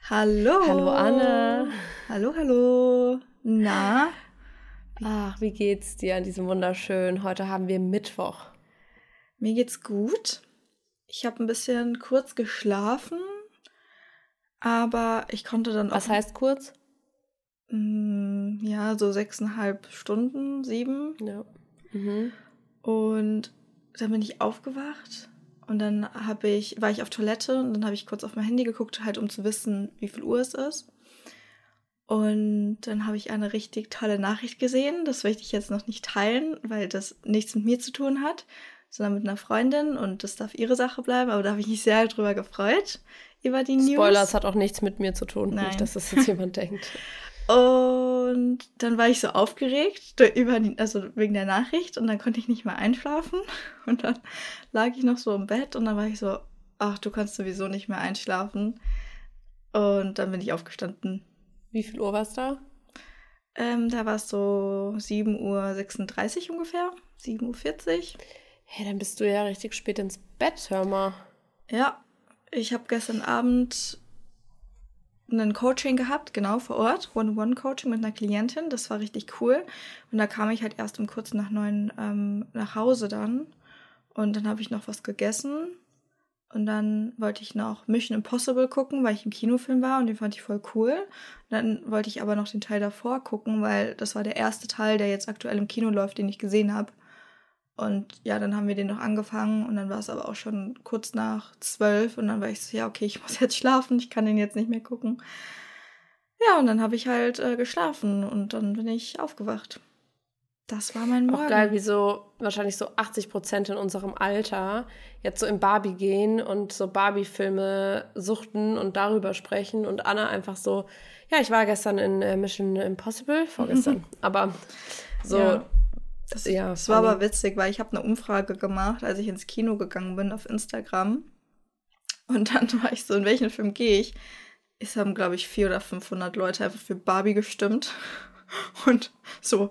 Hallo. Hallo Anne. Hallo. Na? Ach, wie geht's dir an diesem wunderschönen? Heute haben wir Mittwoch. Mir geht's gut. Ich habe ein bisschen kurz geschlafen, aber ich konnte dann auch... Was heißt kurz? Ja, so 6,5 Stunden, 7. Ja. Und dann bin ich aufgewacht und dann war ich auf Toilette und dann habe ich kurz auf mein Handy geguckt, halt um zu wissen, wie viel Uhr es ist. Und dann habe ich eine richtig tolle Nachricht gesehen. Das möchte ich jetzt noch nicht teilen, weil das nichts mit mir zu tun hat, sondern mit einer Freundin und das darf ihre Sache bleiben. Aber da habe ich mich sehr drüber gefreut, über die News. Spoiler, es hat auch nichts mit mir zu tun. Nein. Nicht, dass das jetzt jemand denkt. Und dann war ich so aufgeregt wegen der Nachricht und dann konnte ich nicht mehr einschlafen. Und dann lag ich noch so im Bett und dann war ich so, ach, du kannst sowieso nicht mehr einschlafen. Und dann bin ich aufgestanden. Wie viel Uhr war es da? Da war es so 7:36 Uhr ungefähr, 7:40 Uhr. Hey, dann bist du ja richtig spät ins Bett, hör mal. Ja, ich habe gestern Abend ein Coaching gehabt, genau, vor Ort. One-on-One-Coaching mit einer Klientin, das war richtig cool. Und da kam ich halt erst um kurz nach 9 nach Hause dann. Und dann habe ich noch was gegessen. Und dann wollte ich noch Mission Impossible gucken, weil ich im Kinofilm war und den fand ich voll cool. Und dann wollte ich aber noch den Teil davor gucken, weil das war der erste Teil, der jetzt aktuell im Kino läuft, den ich gesehen habe. Und ja, dann haben wir den noch angefangen und dann war es aber auch schon kurz nach 12 und dann war ich so, ja, okay, ich muss jetzt schlafen, ich kann den jetzt nicht mehr gucken. Ja, und dann habe ich halt geschlafen und dann bin ich aufgewacht. Das war mein Morgen. Auch geil, wie so wahrscheinlich so 80% in unserem Alter jetzt so in Barbie gehen und so Barbie-Filme suchten und darüber sprechen und Anna einfach so, ja, ich war gestern in Mission Impossible, vorgestern, aber so... Ja. Das war funny. aber witzig, weil ich habe eine Umfrage gemacht, als ich ins Kino gegangen bin auf Instagram. Und dann war ich so, in welchen Film gehe ich? Es haben, glaube ich, 400 oder 500 Leute einfach für Barbie gestimmt. Und so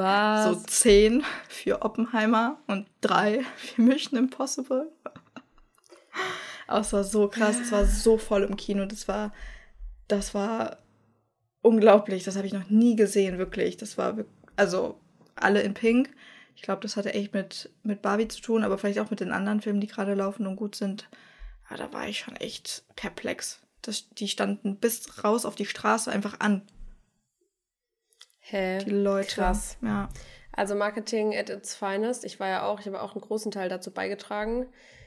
10 für Oppenheimer und 3 für Mission Impossible. Aber es war so krass, es war so voll im Kino. Das war unglaublich, das habe ich noch nie gesehen, wirklich. Das war, also alle in Pink. Ich glaube, das hatte echt mit Barbie zu tun, aber vielleicht auch mit den anderen Filmen, die gerade laufen und gut sind. Aber da war ich schon echt perplex. Die standen bis raus auf die Straße einfach an. Hä? Die Leute. Krass. Ja. Also Marketing at its finest. Ich habe auch einen großen Teil dazu beigetragen.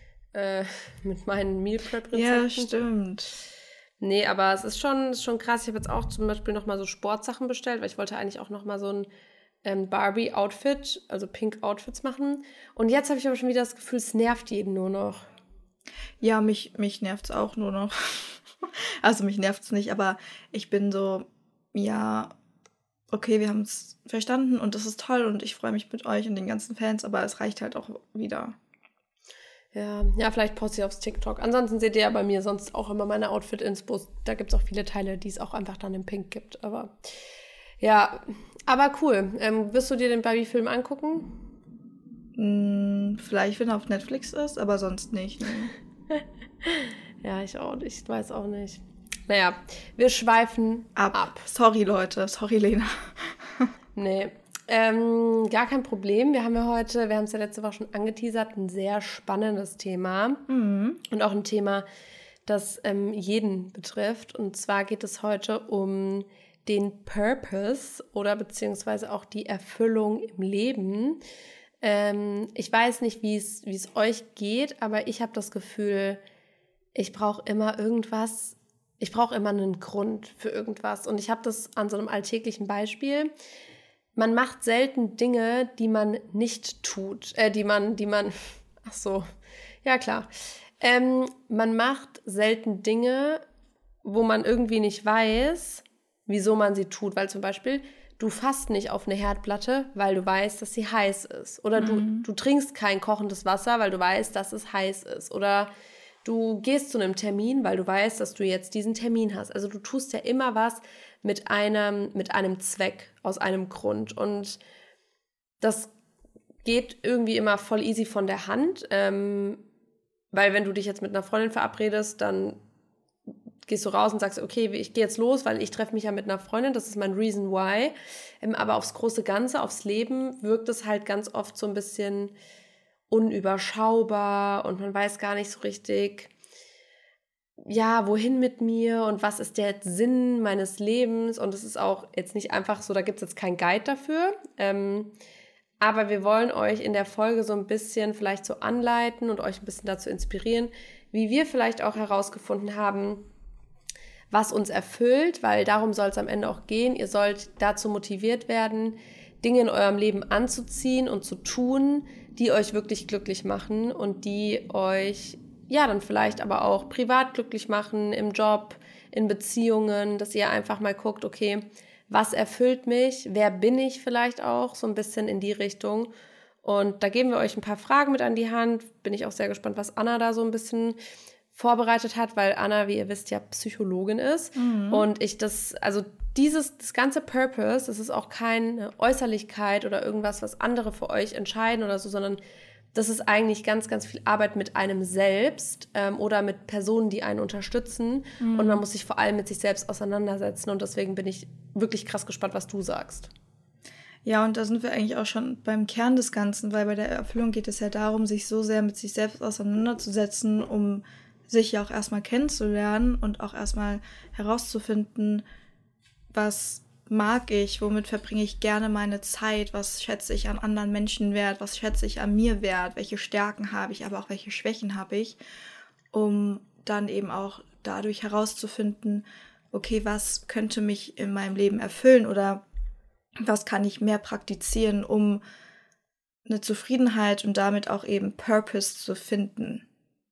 Mit meinen Meal Prep-Rezepten. Ja, stimmt. Nee, aber es ist schon krass. Ich habe jetzt auch zum Beispiel nochmal so Sportsachen bestellt, weil ich wollte eigentlich auch nochmal so ein Barbie-Outfit, also Pink-Outfits machen. Und jetzt habe ich aber schon wieder das Gefühl, es nervt jeden nur noch. Ja, mich nervt es auch nur noch. Also mich nervt es nicht, aber ich bin so, ja, okay, wir haben es verstanden und das ist toll und ich freue mich mit euch und den ganzen Fans, aber es reicht halt auch wieder. Ja, vielleicht poste ich aufs TikTok. Ansonsten seht ihr ja bei mir sonst auch immer meine Outfit-Inspos. Da gibt es auch viele Teile, die es auch einfach dann in Pink gibt. Aber ja, aber cool. Wirst du dir den Barbie-Film angucken? Vielleicht, wenn er auf Netflix ist, aber sonst nicht. Nee. Ja, ich auch nicht. Ich weiß auch nicht. Naja, wir schweifen ab. Sorry, Leute. Sorry, Lena. Nee, gar kein Problem. Wir haben es ja letzte Woche schon angeteasert, ein sehr spannendes Thema. Und auch ein Thema, das jeden betrifft. Und zwar geht es heute um den Purpose oder beziehungsweise auch die Erfüllung im Leben. Ich weiß nicht, wie es euch geht, aber ich habe das Gefühl, ich brauche immer irgendwas. Ich brauche immer einen Grund für irgendwas. Und ich habe das an so einem alltäglichen Beispiel. Man macht selten Dinge, die man nicht tut. Ach so, ja klar. Man macht selten Dinge, wo man irgendwie nicht weiß, wieso man sie tut. Weil zum Beispiel, du fasst nicht auf eine Herdplatte, weil du weißt, dass sie heiß ist. Oder du trinkst kein kochendes Wasser, weil du weißt, dass es heiß ist. Oder du gehst zu einem Termin, weil du weißt, dass du jetzt diesen Termin hast. Also du tust ja immer was mit einem Zweck, aus einem Grund. Und das geht irgendwie immer voll easy von der Hand. Weil wenn du dich jetzt mit einer Freundin verabredest, dann gehst du raus und sagst, okay, ich gehe jetzt los, weil ich treffe mich ja mit einer Freundin, das ist mein Reason why. Aber aufs große Ganze, aufs Leben wirkt es halt ganz oft so ein bisschen unüberschaubar und man weiß gar nicht so richtig, ja, wohin mit mir und was ist der Sinn meines Lebens, und es ist auch jetzt nicht einfach so, da gibt es jetzt keinen Guide dafür, aber wir wollen euch in der Folge so ein bisschen vielleicht so anleiten und euch ein bisschen dazu inspirieren, wie wir vielleicht auch herausgefunden haben, was uns erfüllt, weil darum soll es am Ende auch gehen. Ihr sollt dazu motiviert werden, Dinge in eurem Leben anzuziehen und zu tun, die euch wirklich glücklich machen und die euch ja dann vielleicht aber auch privat glücklich machen, im Job, in Beziehungen, dass ihr einfach mal guckt, okay, was erfüllt mich, wer bin ich vielleicht auch, so ein bisschen in die Richtung. Und da geben wir euch ein paar Fragen mit an die Hand. Bin ich auch sehr gespannt, was Anna da so ein bisschen vorbereitet hat, weil Anna, wie ihr wisst, ja Psychologin ist. Und das ganze Purpose, das ist auch keine Äußerlichkeit oder irgendwas, was andere für euch entscheiden oder so, sondern das ist eigentlich ganz, ganz viel Arbeit mit einem selbst oder mit Personen, die einen unterstützen. Und man muss sich vor allem mit sich selbst auseinandersetzen. Und deswegen bin ich wirklich krass gespannt, was du sagst. Ja, und da sind wir eigentlich auch schon beim Kern des Ganzen, weil bei der Erfüllung geht es ja darum, sich so sehr mit sich selbst auseinanderzusetzen, um sich ja auch erstmal kennenzulernen und auch erstmal herauszufinden, was mag ich, womit verbringe ich gerne meine Zeit, was schätze ich an anderen Menschen wert, was schätze ich an mir wert, welche Stärken habe ich, aber auch welche Schwächen habe ich, um dann eben auch dadurch herauszufinden, okay, was könnte mich in meinem Leben erfüllen oder was kann ich mehr praktizieren, um eine Zufriedenheit und damit auch eben Purpose zu finden.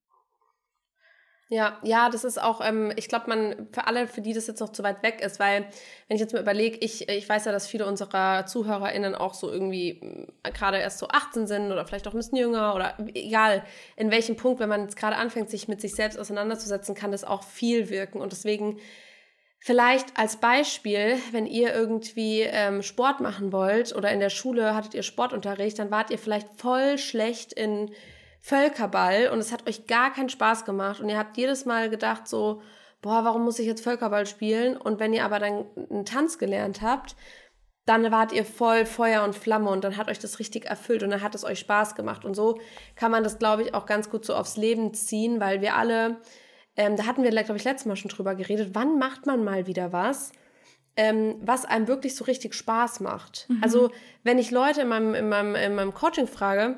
Ja, das ist auch, ich glaube, für alle, für die das jetzt noch zu weit weg ist, weil, wenn ich jetzt mal überlege, ich weiß ja, dass viele unserer ZuhörerInnen auch so irgendwie gerade erst so 18 sind oder vielleicht auch ein bisschen jünger oder egal, in welchem Punkt, wenn man jetzt gerade anfängt, sich mit sich selbst auseinanderzusetzen, kann das auch viel wirken. Und deswegen vielleicht als Beispiel, wenn ihr irgendwie Sport machen wollt oder in der Schule hattet ihr Sportunterricht, dann wart ihr vielleicht voll schlecht in Völkerball und es hat euch gar keinen Spaß gemacht und ihr habt jedes Mal gedacht so, boah, warum muss ich jetzt Völkerball spielen? Und wenn ihr aber dann einen Tanz gelernt habt, dann wart ihr voll Feuer und Flamme und dann hat euch das richtig erfüllt und dann hat es euch Spaß gemacht. Und so kann man das, glaube ich, auch ganz gut so aufs Leben ziehen, weil wir alle, da hatten wir, glaube ich, letztes Mal schon drüber geredet, wann macht man mal wieder was einem wirklich so richtig Spaß macht. Also wenn ich Leute in meinem Coaching frage,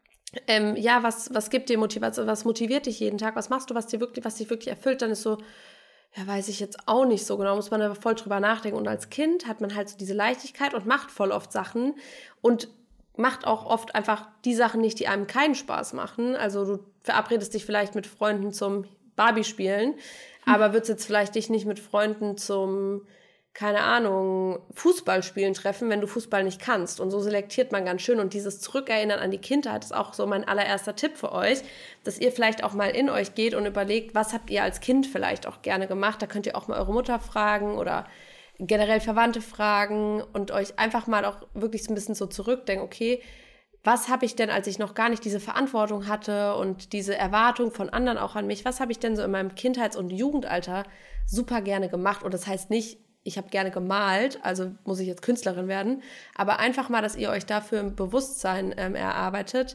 was gibt dir Motivation, was motiviert dich jeden Tag, was machst du, was dich wirklich erfüllt, dann ist so, ja, weiß ich jetzt auch nicht so genau, muss man aber voll drüber nachdenken. Und als Kind hat man halt so diese Leichtigkeit und macht voll oft Sachen und macht auch oft einfach die Sachen nicht, die einem keinen Spaß machen. Also du verabredest dich vielleicht mit Freunden zum Barbie-Spielen, aber würdest jetzt vielleicht dich nicht mit Freunden zum, keine Ahnung, Fußballspielen treffen, wenn du Fußball nicht kannst. Und so selektiert man ganz schön. Und dieses Zurückerinnern an die Kindheit ist auch so mein allererster Tipp für euch, dass ihr vielleicht auch mal in euch geht und überlegt, was habt ihr als Kind vielleicht auch gerne gemacht. Da könnt ihr auch mal eure Mutter fragen oder generell Verwandte fragen und euch einfach mal auch wirklich so ein bisschen so zurückdenken, okay, was habe ich denn, als ich noch gar nicht diese Verantwortung hatte und diese Erwartung von anderen auch an mich, was habe ich denn so in meinem Kindheits- und Jugendalter super gerne gemacht? Und das heißt nicht, ich habe gerne gemalt, also muss ich jetzt Künstlerin werden, aber einfach mal, dass ihr euch dafür ein Bewusstsein erarbeitet,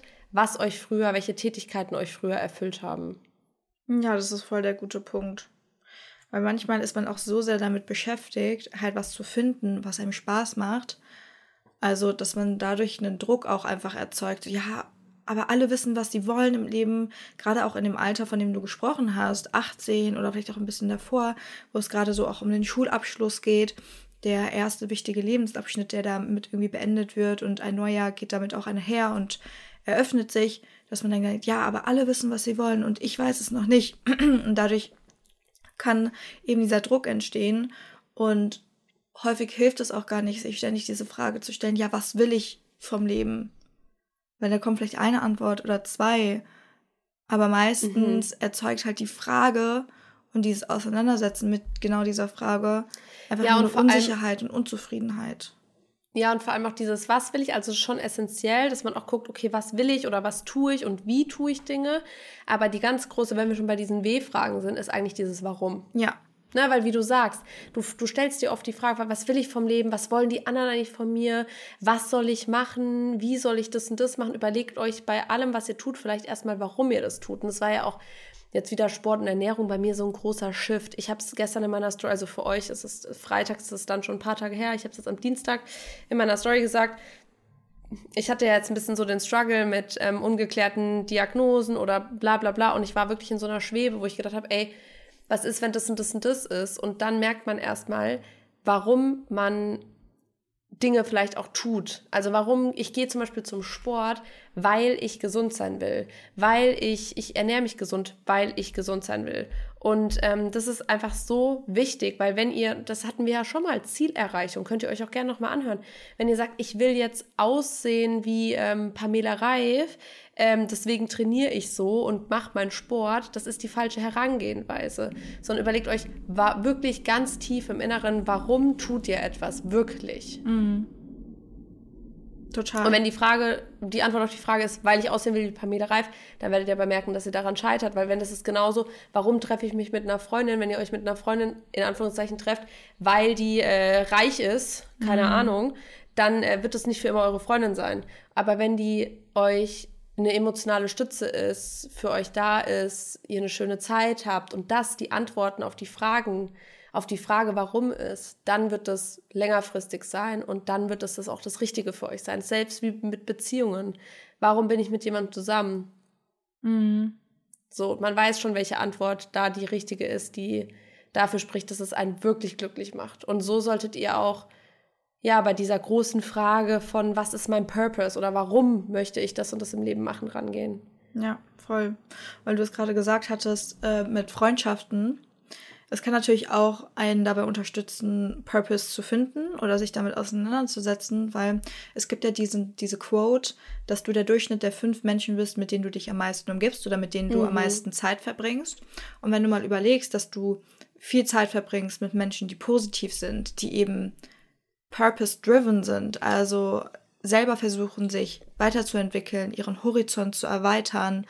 welche Tätigkeiten euch früher erfüllt haben. Ja, das ist voll der gute Punkt. Weil manchmal ist man auch so sehr damit beschäftigt, halt was zu finden, was einem Spaß macht. Also, dass man dadurch einen Druck auch einfach erzeugt. Ja, aber alle wissen, was sie wollen im Leben, gerade auch in dem Alter, von dem du gesprochen hast, 18 oder vielleicht auch ein bisschen davor, wo es gerade so auch um den Schulabschluss geht, der erste wichtige Lebensabschnitt, der damit irgendwie beendet wird und ein neuer geht damit auch einher und eröffnet sich, dass man dann denkt, ja, aber alle wissen, was sie wollen und ich weiß es noch nicht. Und dadurch kann eben dieser Druck entstehen und häufig hilft es auch gar nicht, sich ständig diese Frage zu stellen, ja, was will ich vom Leben? Weil da kommt vielleicht eine Antwort oder zwei, aber meistens erzeugt halt die Frage und dieses Auseinandersetzen mit genau dieser Frage einfach nur Unsicherheit und Unzufriedenheit. Ja, und vor allem auch dieses, was will ich, also schon essentiell, dass man auch guckt, okay, was will ich oder was tue ich und wie tue ich Dinge, aber die ganz große, wenn wir schon bei diesen W-Fragen sind, ist eigentlich dieses Warum. Ja. Na, weil wie du sagst, du stellst dir oft die Frage, was will ich vom Leben, was wollen die anderen eigentlich von mir, was soll ich machen, wie soll ich das und das machen. Überlegt euch bei allem, was ihr tut, vielleicht erstmal, warum ihr das tut. Und das war ja auch jetzt wieder Sport und Ernährung bei mir so ein großer Shift. Ich habe es gestern in meiner Story, also für euch ist es freitags, ist es dann schon ein paar Tage her, ich habe es jetzt am Dienstag in meiner Story gesagt, ich hatte ja jetzt ein bisschen so den Struggle mit ungeklärten Diagnosen oder bla bla bla und ich war wirklich in so einer Schwebe, wo ich gedacht habe, ey, was ist, wenn das und das und das ist? Und dann merkt man erstmal, warum man Dinge vielleicht auch tut. Also warum, ich gehe zum Beispiel zum Sport, weil ich gesund sein will. Weil ich ernähre mich gesund, weil ich gesund sein will. Und das ist einfach so wichtig, weil wenn ihr, das hatten wir ja schon mal, Zielerreichung, könnt ihr euch auch gerne nochmal anhören. Wenn ihr sagt, ich will jetzt aussehen wie Pamela Reif, deswegen trainiere ich so und mache meinen Sport, das ist die falsche Herangehensweise. Sondern überlegt euch wirklich ganz tief im Inneren, warum tut ihr etwas wirklich? Mhm. Total. Und wenn die Antwort auf die Frage ist, weil ich aussehen will wie Pamela Reif, dann werdet ihr bemerken, dass ihr daran scheitert, weil wenn das ist genauso, warum treffe ich mich mit einer Freundin, wenn ihr euch mit einer Freundin in Anführungszeichen trefft, weil die reich ist, keine Ahnung, dann wird es nicht für immer eure Freundin sein. Aber wenn die euch eine emotionale Stütze ist, für euch da ist, ihr eine schöne Zeit habt und das die Antworten auf die Frage, warum ist, dann wird das längerfristig sein und dann wird das auch das Richtige für euch sein. Selbst wie mit Beziehungen. Warum bin ich mit jemandem zusammen? Mhm. So, man weiß schon, welche Antwort da die richtige ist, die dafür spricht, dass es einen wirklich glücklich macht. Und so solltet ihr auch bei dieser großen Frage von, was ist mein Purpose oder warum möchte ich das und das im Leben machen, rangehen. Ja, voll. Weil du es gerade gesagt hattest, mit Freundschaften. Es kann natürlich auch einen dabei unterstützen, Purpose zu finden oder sich damit auseinanderzusetzen, weil es gibt ja diese Quote, dass du der Durchschnitt der 5 Menschen bist, mit denen du dich am meisten umgibst oder mit denen du am meisten Zeit verbringst. Und wenn du mal überlegst, dass du viel Zeit verbringst mit Menschen, die positiv sind, die eben purpose-driven sind, also selber versuchen, sich weiterzuentwickeln, ihren Horizont zu erweitern,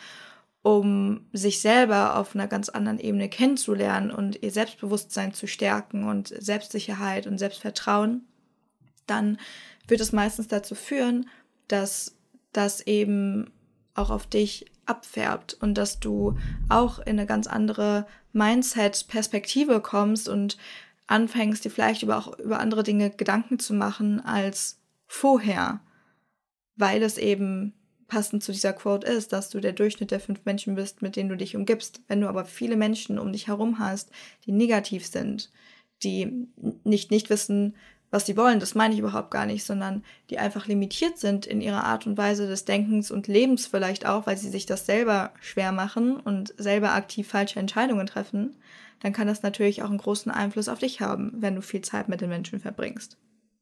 um sich selber auf einer ganz anderen Ebene kennenzulernen und ihr Selbstbewusstsein zu stärken und Selbstsicherheit und Selbstvertrauen, dann wird es meistens dazu führen, dass das eben auch auf dich abfärbt und dass du auch in eine ganz andere Mindset-Perspektive kommst und anfängst, dir vielleicht auch über andere Dinge Gedanken zu machen als vorher, weil es eben passend zu dieser Quote ist, dass du der Durchschnitt der 5 Menschen bist, mit denen du dich umgibst. Wenn du aber viele Menschen um dich herum hast, die negativ sind, die nicht wissen, was sie wollen, das meine ich überhaupt gar nicht, sondern die einfach limitiert sind in ihrer Art und Weise des Denkens und Lebens vielleicht auch, weil sie sich das selber schwer machen und selber aktiv falsche Entscheidungen treffen, dann kann das natürlich auch einen großen Einfluss auf dich haben, wenn du viel Zeit mit den Menschen verbringst.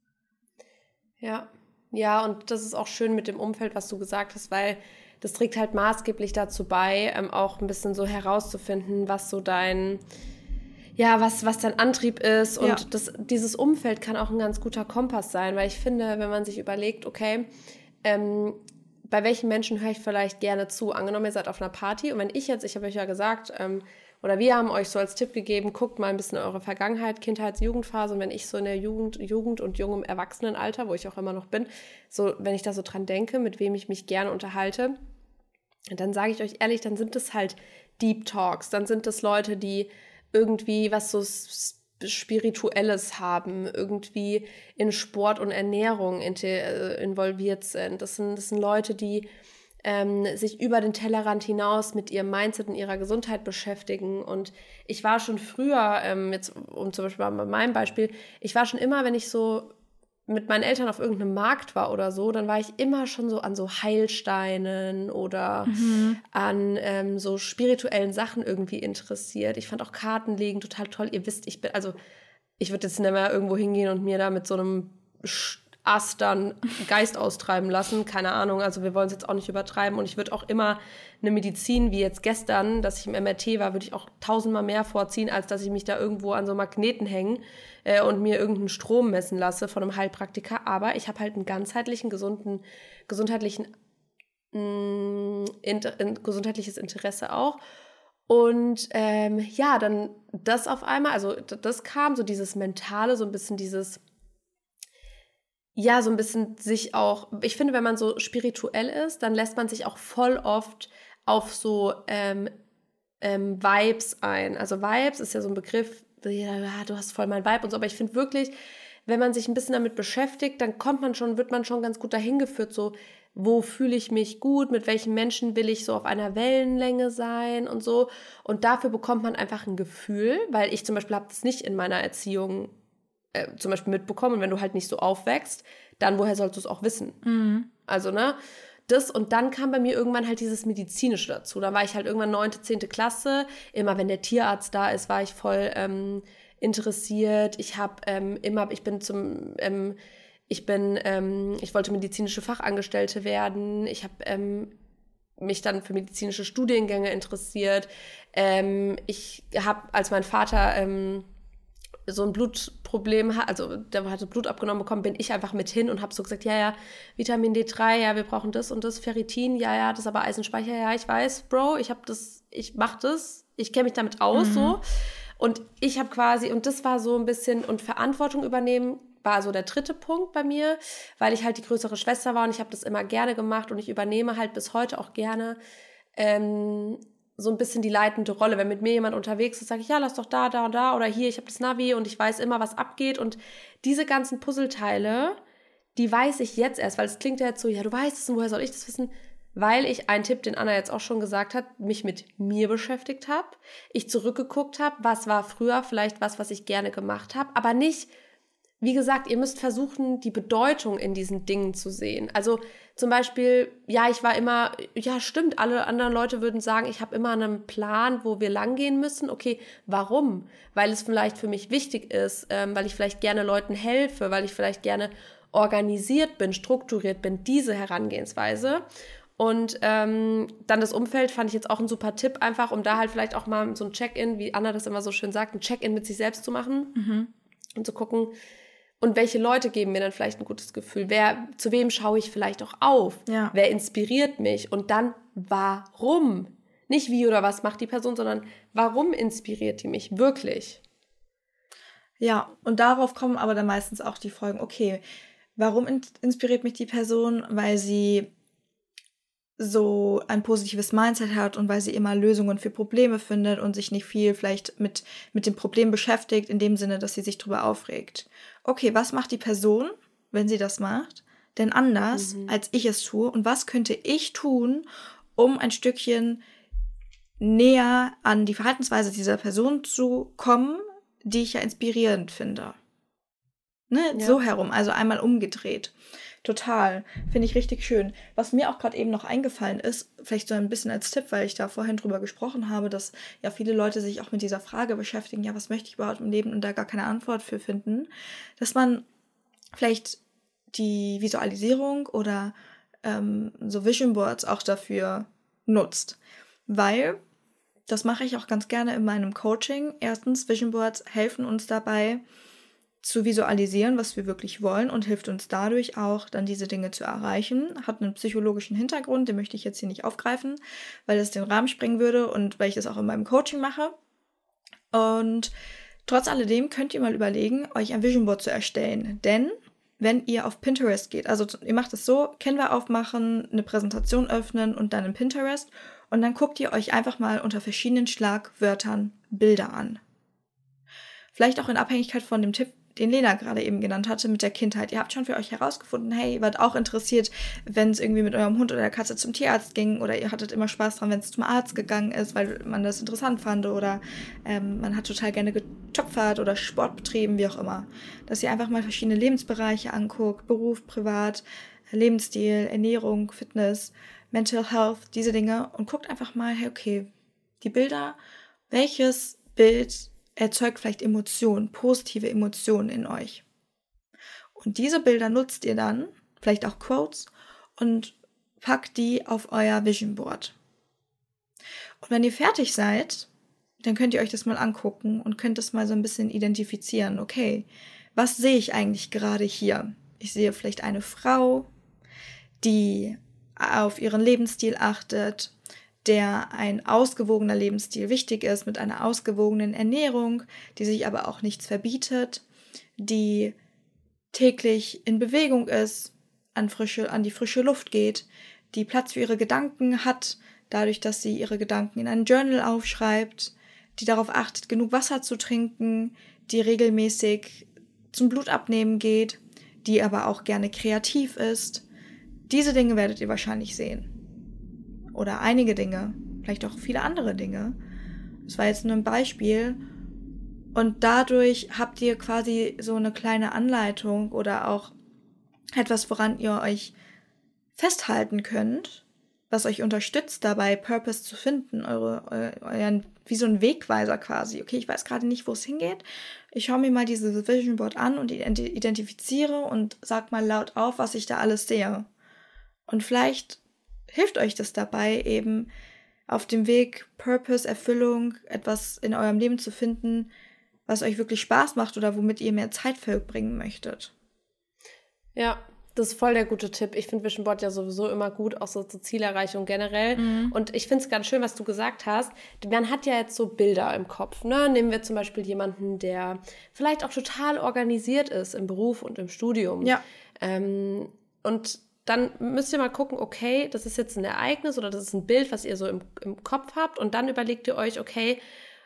Ja, und das ist auch schön mit dem Umfeld, was du gesagt hast, weil das trägt halt maßgeblich dazu bei, auch ein bisschen so herauszufinden, was so dein Antrieb ist. Und dieses Umfeld kann auch ein ganz guter Kompass sein, weil ich finde, wenn man sich überlegt, okay, bei welchen Menschen höre ich vielleicht gerne zu? Angenommen, ihr seid auf einer Party und wenn ich habe euch ja gesagt, oder wir haben euch so als Tipp gegeben, guckt mal ein bisschen eure Vergangenheit, Kindheits-, Jugendphase und wenn ich so in der Jugend und jungem Erwachsenenalter, wo ich auch immer noch bin, so wenn ich da so dran denke, mit wem ich mich gerne unterhalte, dann sage ich euch ehrlich, dann sind es halt Deep Talks, dann sind es Leute, die irgendwie was so Spirituelles haben, irgendwie in Sport und Ernährung involviert sind. Das sind Leute, die sich über den Tellerrand hinaus mit ihrem Mindset und ihrer Gesundheit beschäftigen. Und ich war schon früher, jetzt um zum Beispiel bei meinem Beispiel, ich war schon immer, wenn ich so mit meinen Eltern auf irgendeinem Markt war oder so, dann war ich immer schon so an so Heilsteinen oder an so spirituellen Sachen irgendwie interessiert. Ich fand auch Kartenlegen total toll. Ihr wisst, ich würde jetzt nicht mehr irgendwo hingehen und mir da mit so einem Ast dann Geist austreiben lassen, keine Ahnung, also wir wollen es jetzt auch nicht übertreiben und ich würde auch immer eine Medizin, wie jetzt gestern, dass ich im MRT war, würde ich auch 1000-mal mehr vorziehen, als dass ich mich da irgendwo an so Magneten hänge und mir irgendeinen Strom messen lasse von einem Heilpraktiker, aber ich habe halt einen ganzheitlichen, gesundheitliches Interesse auch Und dann das auf einmal, also das kam, so dieses Mentale, so ein bisschen dieses, ja, so ein bisschen sich auch, ich finde, wenn man so spirituell ist, dann lässt man sich auch voll oft auf so Vibes ein. Also Vibes ist ja so ein Begriff, ja, du hast voll mein Vibe und so, aber ich finde wirklich, wenn man sich ein bisschen damit beschäftigt, dann wird man schon ganz gut dahin geführt, so, wo fühle ich mich gut, mit welchen Menschen will ich so auf einer Wellenlänge sein und so. Und dafür bekommt man einfach ein Gefühl, weil ich zum Beispiel habe das nicht in meiner Erziehung zum Beispiel mitbekommen. Und wenn du halt nicht so aufwächst, dann woher sollst du es auch wissen? Mhm. Also, ne? Das, und dann kam bei mir irgendwann halt dieses Medizinische dazu. Dann war ich halt irgendwann 9., 10. Klasse. Immer wenn der Tierarzt da ist, war ich voll interessiert. Ich wollte medizinische Fachangestellte werden. Ich habe mich dann für medizinische Studiengänge interessiert. Ich habe, als mein Vater so ein Blutproblem hat, also der hatte Blut abgenommen bekommen, bin ich einfach mit hin und habe so gesagt, ja, Vitamin D3, ja, wir brauchen das und das, Ferritin, ja, das ist aber Eisenspeicher, ja, ich weiß, Bro, ich mach das, ich kenne mich damit aus, so. Und ich habe quasi, und das war so ein bisschen, und Verantwortung übernehmen war so der 3. Punkt bei mir, weil ich halt die größere Schwester war und ich habe das immer gerne gemacht und ich übernehme halt bis heute auch gerne so ein bisschen die leitende Rolle. Wenn mit mir jemand unterwegs ist, sage ich, ja, lass doch da und da oder hier, ich habe das Navi und ich weiß immer, was abgeht. Und diese ganzen Puzzleteile, die weiß ich jetzt erst, weil es klingt ja jetzt so, ja, du weißt es und woher soll ich das wissen? Weil ich, einen Tipp, den Anna jetzt auch schon gesagt hat, mich mit mir beschäftigt habe, ich zurückgeguckt habe, was war früher vielleicht was ich gerne gemacht habe, aber nicht, wie gesagt, ihr müsst versuchen, die Bedeutung in diesen Dingen zu sehen. Also zum Beispiel, ja, ich war immer, ja stimmt, alle anderen Leute würden sagen, ich habe immer einen Plan, wo wir langgehen müssen. Okay, warum? Weil es vielleicht für mich wichtig ist, weil ich vielleicht gerne Leuten helfe, weil ich vielleicht gerne organisiert bin, strukturiert bin, diese Herangehensweise. Und dann das Umfeld fand ich jetzt auch ein super Tipp, einfach um da halt vielleicht auch mal so ein Check-in, wie Anna das immer so schön sagt, ein Check-in mit sich selbst zu machen und zu gucken, und welche Leute geben mir dann vielleicht ein gutes Gefühl? Zu wem schaue ich vielleicht auch auf? Ja. Wer inspiriert mich? Und dann, warum? Nicht wie oder was macht die Person, sondern warum inspiriert die mich wirklich? Ja, und darauf kommen aber dann meistens auch die Folgen. Okay, warum inspiriert mich die Person? Weil sie so ein positives Mindset hat und weil sie immer Lösungen für Probleme findet und sich nicht viel vielleicht mit dem Problem beschäftigt, in dem Sinne, dass sie sich drüber aufregt. Okay, was macht die Person, wenn sie das macht, denn anders, als ich es tue? Und was könnte ich tun, um ein Stückchen näher an die Verhaltensweise dieser Person zu kommen, die ich ja inspirierend finde? Ne? Ja. So herum, also einmal umgedreht. Total. Finde ich richtig schön. Was mir auch gerade eben noch eingefallen ist, vielleicht so ein bisschen als Tipp, weil ich da vorhin drüber gesprochen habe, dass ja viele Leute sich auch mit dieser Frage beschäftigen, ja, was möchte ich überhaupt im Leben und da gar keine Antwort für finden, dass man vielleicht die Visualisierung oder so Vision Boards auch dafür nutzt. Weil, das mache ich auch ganz gerne in meinem Coaching. Erstens, Vision Boards helfen uns dabei, zu visualisieren, was wir wirklich wollen und hilft uns dadurch auch, dann diese Dinge zu erreichen. Hat einen psychologischen Hintergrund, den möchte ich jetzt hier nicht aufgreifen, weil das den Rahmen sprengen würde und weil ich das auch in meinem Coaching mache. Und trotz alledem könnt ihr mal überlegen, euch ein Vision Board zu erstellen. Denn wenn ihr auf Pinterest geht, also ihr macht es so, Canva aufmachen, eine Präsentation öffnen und dann in Pinterest und dann guckt ihr euch einfach mal unter verschiedenen Schlagwörtern Bilder an. Vielleicht auch in Abhängigkeit von dem Tipp, den Lena gerade eben genannt hatte mit der Kindheit. Ihr habt schon für euch herausgefunden, hey, ihr wart auch interessiert, wenn es irgendwie mit eurem Hund oder der Katze zum Tierarzt ging oder ihr hattet immer Spaß dran, wenn es zum Arzt gegangen ist, weil man das interessant fand oder man hat total gerne getöpfert oder Sport betrieben, wie auch immer. Dass ihr einfach mal verschiedene Lebensbereiche anguckt, Beruf, Privat, Lebensstil, Ernährung, Fitness, Mental Health, diese Dinge und guckt einfach mal, hey, okay, die Bilder, welches Bild erzeugt vielleicht Emotionen, positive Emotionen in euch. Und diese Bilder nutzt ihr dann, vielleicht auch Quotes, und packt die auf euer Vision Board. Und wenn ihr fertig seid, dann könnt ihr euch das mal angucken und könnt das mal so ein bisschen identifizieren. Okay, was sehe ich eigentlich gerade hier? Ich sehe vielleicht eine Frau, die auf ihren Lebensstil achtet, der ein ausgewogener Lebensstil wichtig ist, mit einer ausgewogenen Ernährung, die sich aber auch nichts verbietet, die täglich in Bewegung ist, an die frische Luft geht, die Platz für ihre Gedanken hat, dadurch, dass sie ihre Gedanken in ein Journal aufschreibt, die darauf achtet, genug Wasser zu trinken, die regelmäßig zum Blutabnehmen geht, die aber auch gerne kreativ ist. Diese Dinge werdet ihr wahrscheinlich sehen. Oder einige Dinge, vielleicht auch viele andere Dinge. Das war jetzt nur ein Beispiel. Und dadurch habt ihr quasi so eine kleine Anleitung oder auch etwas, woran ihr euch festhalten könnt, was euch unterstützt dabei, Purpose zu finden, euren, wie so ein Wegweiser quasi. Okay, ich weiß gerade nicht, wo es hingeht. Ich schaue mir mal dieses Vision Board an und identifiziere und sag mal laut auf, was ich da alles sehe. Und vielleicht hilft euch das dabei, eben auf dem Weg Purpose, Erfüllung, etwas in eurem Leben zu finden, was euch wirklich Spaß macht oder womit ihr mehr Zeit verbringen möchtet. Ja, das ist voll der gute Tipp. Ich finde Vision Board ja sowieso immer gut, auch so zur Zielerreichung generell. Und ich finde es ganz schön, was du gesagt hast. Man hat ja jetzt so Bilder im Kopf. Ne? Nehmen wir zum Beispiel jemanden, der vielleicht auch total organisiert ist im Beruf und im Studium. Ja. Und dann müsst ihr mal gucken, okay, das ist jetzt ein Ereignis oder das ist ein Bild, was ihr so im Kopf habt. Und dann überlegt ihr euch, okay,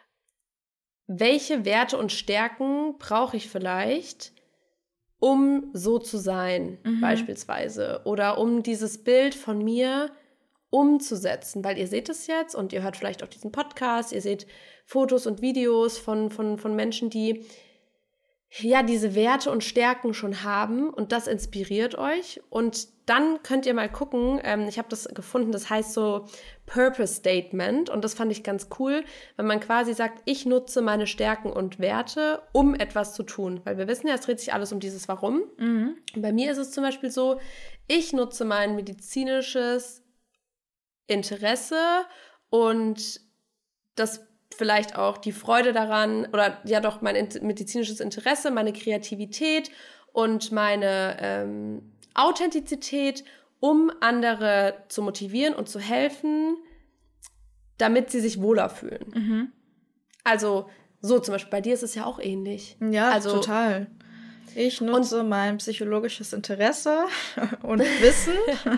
welche Werte und Stärken brauche ich vielleicht, um so zu sein, beispielsweise. Oder um dieses Bild von mir umzusetzen. Weil ihr seht es jetzt und ihr hört vielleicht auch diesen Podcast, ihr seht Fotos und Videos von Menschen, die ja diese Werte und Stärken schon haben und das inspiriert euch. Und dann könnt ihr mal gucken, ich habe das gefunden, das heißt so Purpose Statement und das fand ich ganz cool, wenn man quasi sagt, ich nutze meine Stärken und Werte, um etwas zu tun. Weil wir wissen ja, es dreht sich alles um dieses Warum. Und bei mir ist es zum Beispiel so, ich nutze mein medizinisches Interesse und das vielleicht auch die Freude daran oder ja doch mein medizinisches Interesse, meine Kreativität und meine Authentizität, um andere zu motivieren und zu helfen, damit sie sich wohler fühlen. Also so zum Beispiel, bei dir ist es ja auch ähnlich. Ja, also, total. Ich nutze mein psychologisches Interesse und Wissen.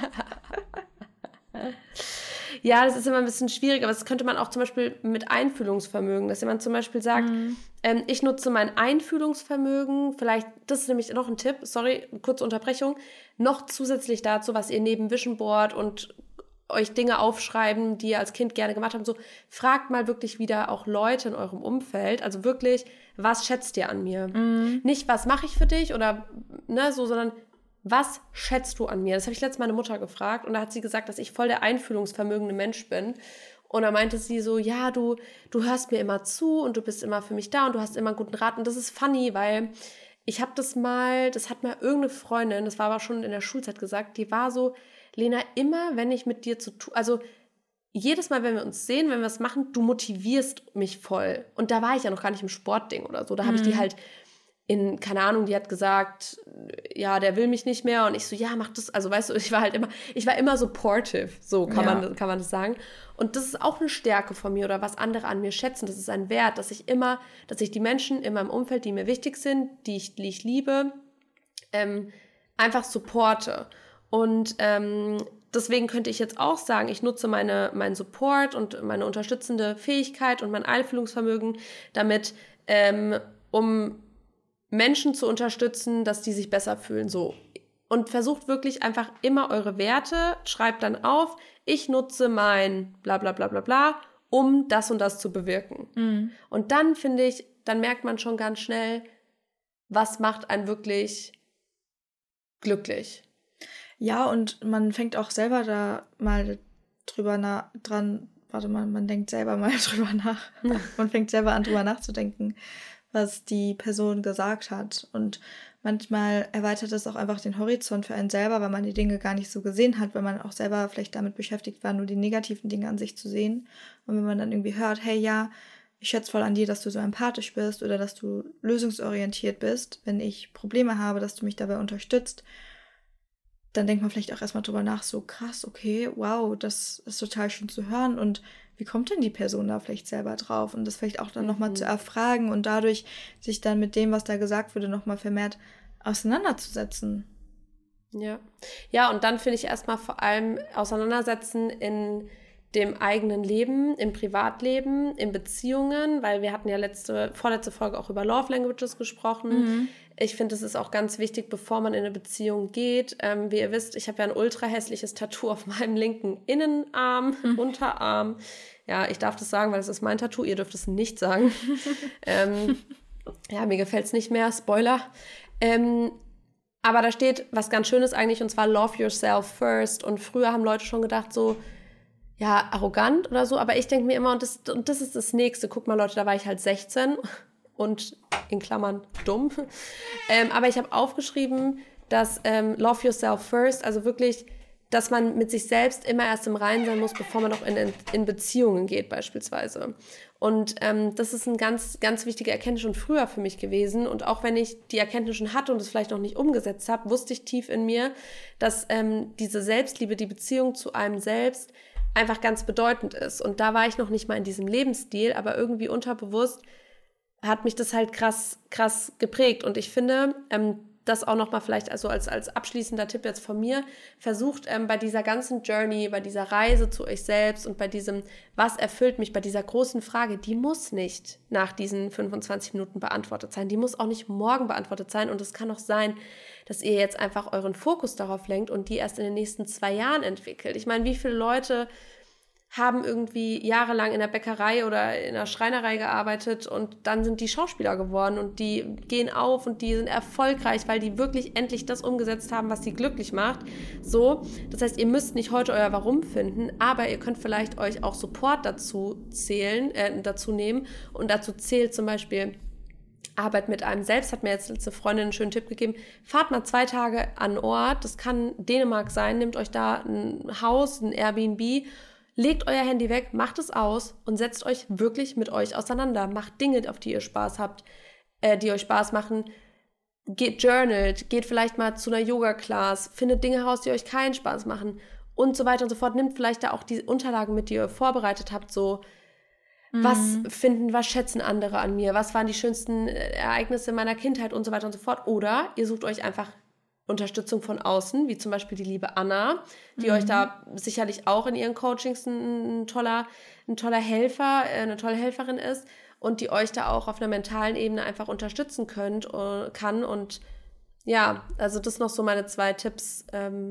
Ja, das ist immer ein bisschen schwierig, aber das könnte man auch zum Beispiel mit Einfühlungsvermögen, dass jemand zum Beispiel sagt, ich nutze mein Einfühlungsvermögen, vielleicht, das ist nämlich noch ein Tipp, sorry, kurze Unterbrechung, noch zusätzlich dazu, was ihr neben Vision Board und euch Dinge aufschreiben, die ihr als Kind gerne gemacht habt, so, fragt mal wirklich wieder auch Leute in eurem Umfeld, also wirklich, was schätzt ihr an mir? Nicht, was mache ich für dich oder, ne, so, sondern was schätzt du an mir? Das habe ich letztens meine Mutter gefragt und da hat sie gesagt, dass ich voll der einfühlungsvermögende Mensch bin. Und da meinte sie so, ja, du hörst mir immer zu und du bist immer für mich da und du hast immer einen guten Rat. Und das ist funny, weil ich habe das hat mal irgendeine Freundin, das war aber schon in der Schulzeit gesagt, die war so, Lena, immer wenn ich mit dir also jedes Mal, wenn wir uns sehen, wenn wir was machen, du motivierst mich voll. Und da war ich ja noch gar nicht im Sportding oder so. Da habe ich die halt keine Ahnung, die hat gesagt, ja, der will mich nicht mehr und ich so, ja, mach das, also weißt du, ich war immer supportive, so kann man das sagen und das ist auch eine Stärke von mir oder was andere an mir schätzen, das ist ein Wert, dass ich die Menschen in meinem Umfeld, die mir wichtig sind, die ich liebe, einfach supporte und deswegen könnte ich jetzt auch sagen, ich nutze meinen Support und meine unterstützende Fähigkeit und mein Einfühlungsvermögen damit, um Menschen zu unterstützen, dass die sich besser fühlen, so. Und versucht wirklich einfach immer eure Werte, schreibt dann auf, ich nutze mein bla bla bla bla bla, um das und das zu bewirken. Und dann, finde ich, dann merkt man schon ganz schnell, was macht einen wirklich glücklich. Ja, und man fängt auch selber da mal man denkt selber mal drüber nach. Man fängt selber an, drüber nachzudenken, was die Person gesagt hat. Und manchmal erweitert es auch einfach den Horizont für einen selber, weil man die Dinge gar nicht so gesehen hat, weil man auch selber vielleicht damit beschäftigt war, nur die negativen Dinge an sich zu sehen. Und wenn man dann irgendwie hört, hey, ja, ich schätze voll an dir, dass du so empathisch bist oder dass du lösungsorientiert bist, wenn ich Probleme habe, dass du mich dabei unterstützt, dann denkt man vielleicht auch erstmal drüber nach, so krass, okay, wow, das ist total schön zu hören und wie kommt denn die Person da vielleicht selber drauf und das vielleicht auch dann nochmal zu erfragen und dadurch sich dann mit dem, was da gesagt wurde, nochmal vermehrt auseinanderzusetzen. Ja, und dann finde ich erstmal vor allem auseinandersetzen in dem eigenen Leben, im Privatleben, in Beziehungen, weil wir hatten ja vorletzte Folge auch über Love Languages gesprochen. Ich finde, es ist auch ganz wichtig, bevor man in eine Beziehung geht. Wie ihr wisst, ich habe ja ein ultra hässliches Tattoo auf meinem linken Innenarm, Unterarm. Ja, ich darf das sagen, weil es ist mein Tattoo. Ihr dürft es nicht sagen. Ja, mir gefällt es nicht mehr. Spoiler. Aber da steht was ganz Schönes eigentlich, und zwar Love yourself first. Und früher haben Leute schon gedacht so, ja, arrogant oder so, aber ich denke mir immer, und das ist das Nächste. Guck mal, Leute, da war ich halt 16 und in Klammern dumm. Aber ich habe aufgeschrieben, dass Love yourself first, also wirklich, dass man mit sich selbst immer erst im Reinen sein muss, bevor man auch in Beziehungen geht beispielsweise. Und das ist ein ganz, ganz wichtige Erkenntnis schon früher für mich gewesen. Und auch wenn ich die Erkenntnis schon hatte und es vielleicht noch nicht umgesetzt habe, wusste ich tief in mir, dass diese Selbstliebe, die Beziehung zu einem selbst einfach ganz bedeutend ist. Und da war ich noch nicht mal in diesem Lebensstil, aber irgendwie unterbewusst hat mich das halt krass geprägt. Und ich finde, das auch nochmal vielleicht also als abschließender Tipp jetzt von mir, versucht bei dieser ganzen Journey, bei dieser Reise zu euch selbst und bei diesem, was erfüllt mich, bei dieser großen Frage, die muss nicht nach diesen 25 Minuten beantwortet sein, die muss auch nicht morgen beantwortet sein und es kann auch sein, dass ihr jetzt einfach euren Fokus darauf lenkt und die erst in den nächsten 2 Jahren entwickelt. Ich meine, wie viele Leute haben irgendwie jahrelang in der Bäckerei oder in der Schreinerei gearbeitet und dann sind die Schauspieler geworden und die gehen auf und die sind erfolgreich, weil die wirklich endlich das umgesetzt haben, was sie glücklich macht. So, das heißt, ihr müsst nicht heute euer Warum finden, aber ihr könnt vielleicht euch auch Support dazu nehmen und dazu zählt zum Beispiel Arbeit mit einem selbst, hat mir jetzt letzte Freundin einen schönen Tipp gegeben, fahrt mal 2 Tage an Ort, das kann Dänemark sein, nehmt euch da ein Haus, ein Airbnb, legt euer Handy weg, macht es aus und setzt euch wirklich mit euch auseinander. Macht Dinge, auf die ihr Spaß habt, die euch Spaß machen. Journalt, geht vielleicht mal zu einer Yoga-Class, findet Dinge heraus, die euch keinen Spaß machen und so weiter und so fort. Nimmt vielleicht da auch die Unterlagen mit, die ihr vorbereitet habt, so was schätzen andere an mir, was waren die schönsten Ereignisse meiner Kindheit und so weiter und so fort. Oder ihr sucht euch einfach Unterstützung von außen, wie zum Beispiel die liebe Anna, die euch da sicherlich auch in ihren Coachings ein toller Helfer, eine tolle Helferin ist und die euch da auch auf einer mentalen Ebene einfach unterstützen kann. Und ja, also das noch so meine 2 Tipps,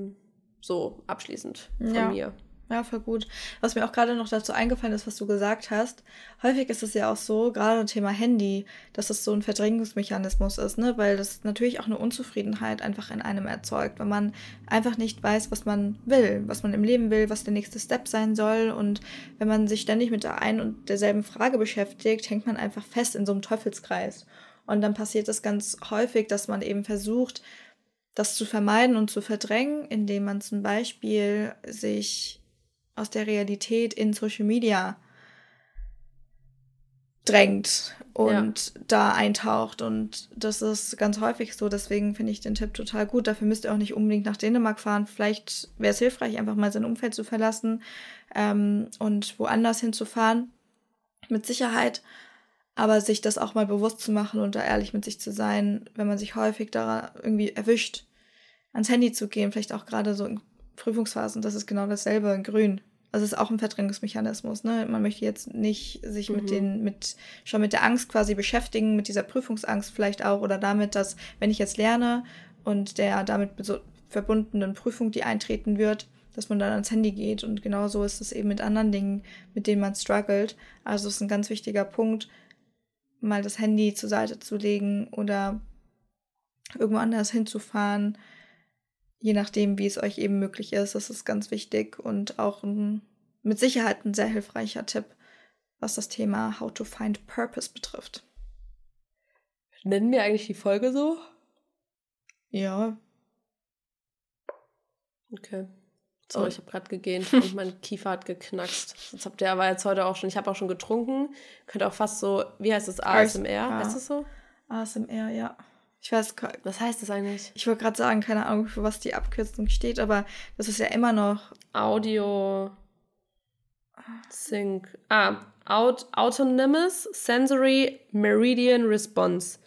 so abschließend von mir. Ja, voll gut. Was mir auch gerade noch dazu eingefallen ist, was du gesagt hast, häufig ist es ja auch so, gerade Thema Handy, dass es so ein Verdrängungsmechanismus ist, ne? Weil das natürlich auch eine Unzufriedenheit einfach in einem erzeugt, wenn man einfach nicht weiß, was man will, was man im Leben will, was der nächste Step sein soll und wenn man sich ständig mit der einen und derselben Frage beschäftigt, hängt man einfach fest in so einem Teufelskreis. Und dann passiert es ganz häufig, dass man eben versucht, das zu vermeiden und zu verdrängen, indem man zum Beispiel sich aus der Realität in Social Media drängt und da eintaucht. Und das ist ganz häufig so. Deswegen finde ich den Tipp total gut. Dafür müsst ihr auch nicht unbedingt nach Dänemark fahren. Vielleicht wäre es hilfreich, einfach mal sein Umfeld zu verlassen und woanders hinzufahren. Mit Sicherheit. Aber sich das auch mal bewusst zu machen und da ehrlich mit sich zu sein, wenn man sich häufig da irgendwie erwischt, ans Handy zu gehen, vielleicht auch gerade so in Prüfungsphasen, das ist genau dasselbe in Grün. Also es ist auch ein Verdrängungsmechanismus, ne? Man möchte jetzt nicht sich schon mit der Angst quasi beschäftigen, mit dieser Prüfungsangst vielleicht auch oder damit, dass wenn ich jetzt lerne und der damit so verbundenen Prüfung, die eintreten wird, dass man dann ans Handy geht und genauso ist es eben mit anderen Dingen, mit denen man struggelt. Also es ist ein ganz wichtiger Punkt, mal das Handy zur Seite zu legen oder irgendwo anders hinzufahren, je nachdem, wie es euch eben möglich ist. Das ist ganz wichtig und auch mit Sicherheit ein sehr hilfreicher Tipp, was das Thema How to Find Purpose betrifft. Nennen wir eigentlich die Folge so? Ja. Okay. So, ich habe gerade gegähnt und mein Kiefer hat geknackst. Das habt ihr aber jetzt heute auch schon. Ich habe auch schon getrunken. Könnt auch fast so, wie heißt das, ASMR? Heißt das so? ASMR, ja. Ich weiß, was heißt das eigentlich? Ich wollte gerade sagen, keine Ahnung, für was die Abkürzung steht, aber das ist ja immer noch Audio Sync. Autonomous Sensory Meridian Response.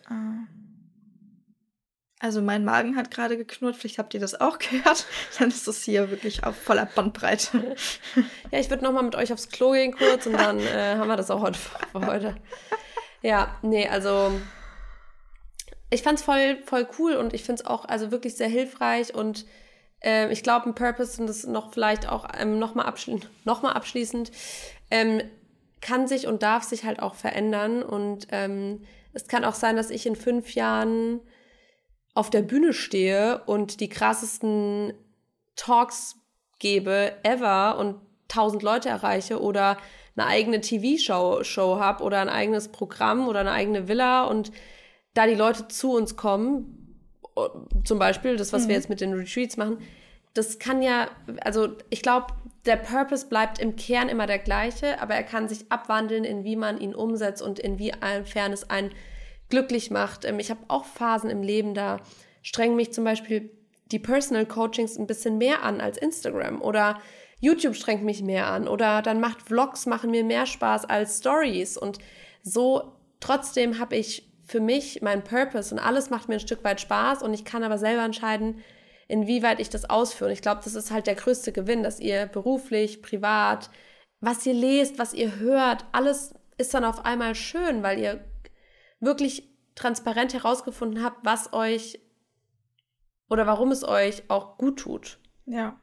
Also mein Magen hat gerade geknurrt, vielleicht habt ihr das auch gehört. Dann ist das hier wirklich auf voller Bandbreite. Ja, ich würde nochmal mit euch aufs Klo gehen kurz und dann haben wir das auch für heute. Ja, nee, also ich fand's voll cool und ich finde es auch also wirklich sehr hilfreich und ich glaube, ein Purpose, und das noch vielleicht auch nochmal abschließend, kann sich und darf sich halt auch verändern und es kann auch sein, dass ich in 5 Jahren auf der Bühne stehe und die krassesten Talks gebe ever und 1000 Leute erreiche oder eine eigene TV-Show habe oder ein eigenes Programm oder eine eigene Villa und da die Leute zu uns kommen, zum Beispiel das, was wir jetzt mit den Retreats machen, das kann ja, also ich glaube, der Purpose bleibt im Kern immer der gleiche, aber er kann sich abwandeln, in wie man ihn umsetzt und inwiefern es einen glücklich macht. Ich habe auch Phasen im Leben, da strengen mich zum Beispiel die Personal Coachings ein bisschen mehr an als Instagram oder YouTube strengt mich mehr an oder dann machen mir mehr Spaß als Stories und so trotzdem habe ich für mich meinen Purpose und alles macht mir ein Stück weit Spaß und ich kann aber selber entscheiden, inwieweit ich das ausführe. Und ich glaube, das ist halt der größte Gewinn, dass ihr beruflich, privat, was ihr lest, was ihr hört, alles ist dann auf einmal schön, weil ihr wirklich transparent herausgefunden habt, was euch oder warum es euch auch gut tut. Ja.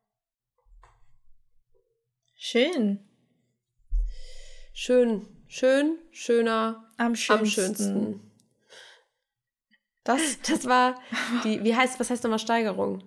Schön. Schön, schöner, am schönsten. Das war was heißt nochmal Steigerung?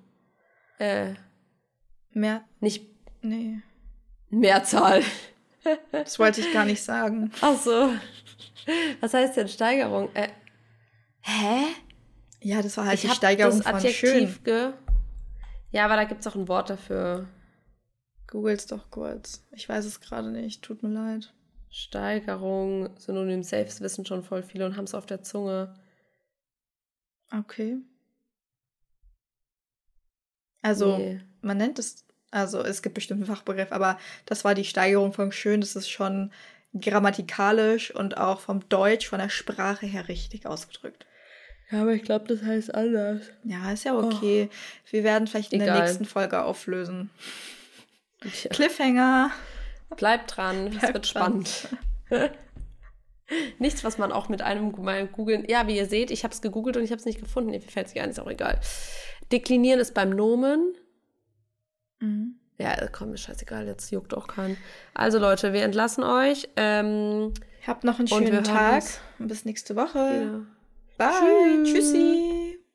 Nee. Mehrzahl. Das wollte ich gar nicht sagen. Ach so. Was heißt denn Steigerung? Hä? Ja, das war halt die Steigerung von schön. Ja, aber da gibt es auch ein Wort dafür. Googles doch kurz. Ich weiß es gerade nicht. Tut mir leid. Steigerung, Synonym Saves wissen schon voll viele und haben es auf der Zunge. Okay. Also, man nennt es, also es gibt bestimmt einen Fachbegriff, aber das war die Steigerung von schön. Das ist schon grammatikalisch und auch vom Deutsch, von der Sprache her richtig ausgedrückt. Ja, aber ich glaube, das heißt anders. Ja, ist ja okay. Wir werden vielleicht in der nächsten Folge auflösen. Ja. Cliffhanger. Bleibt dran, es wird spannend. Nichts, was man auch mit einem mal googeln. Ja, wie ihr seht, ich habe es gegoogelt und ich habe es nicht gefunden. Mir fällt es gar nicht, ist auch egal. Deklinieren ist beim Nomen. Mhm. Ja, komm, ist scheißegal, jetzt juckt auch keinen. Also Leute, wir entlassen euch. Habt noch einen schönen Tag. Bis nächste Woche. Ja. Bye. Tschüssi.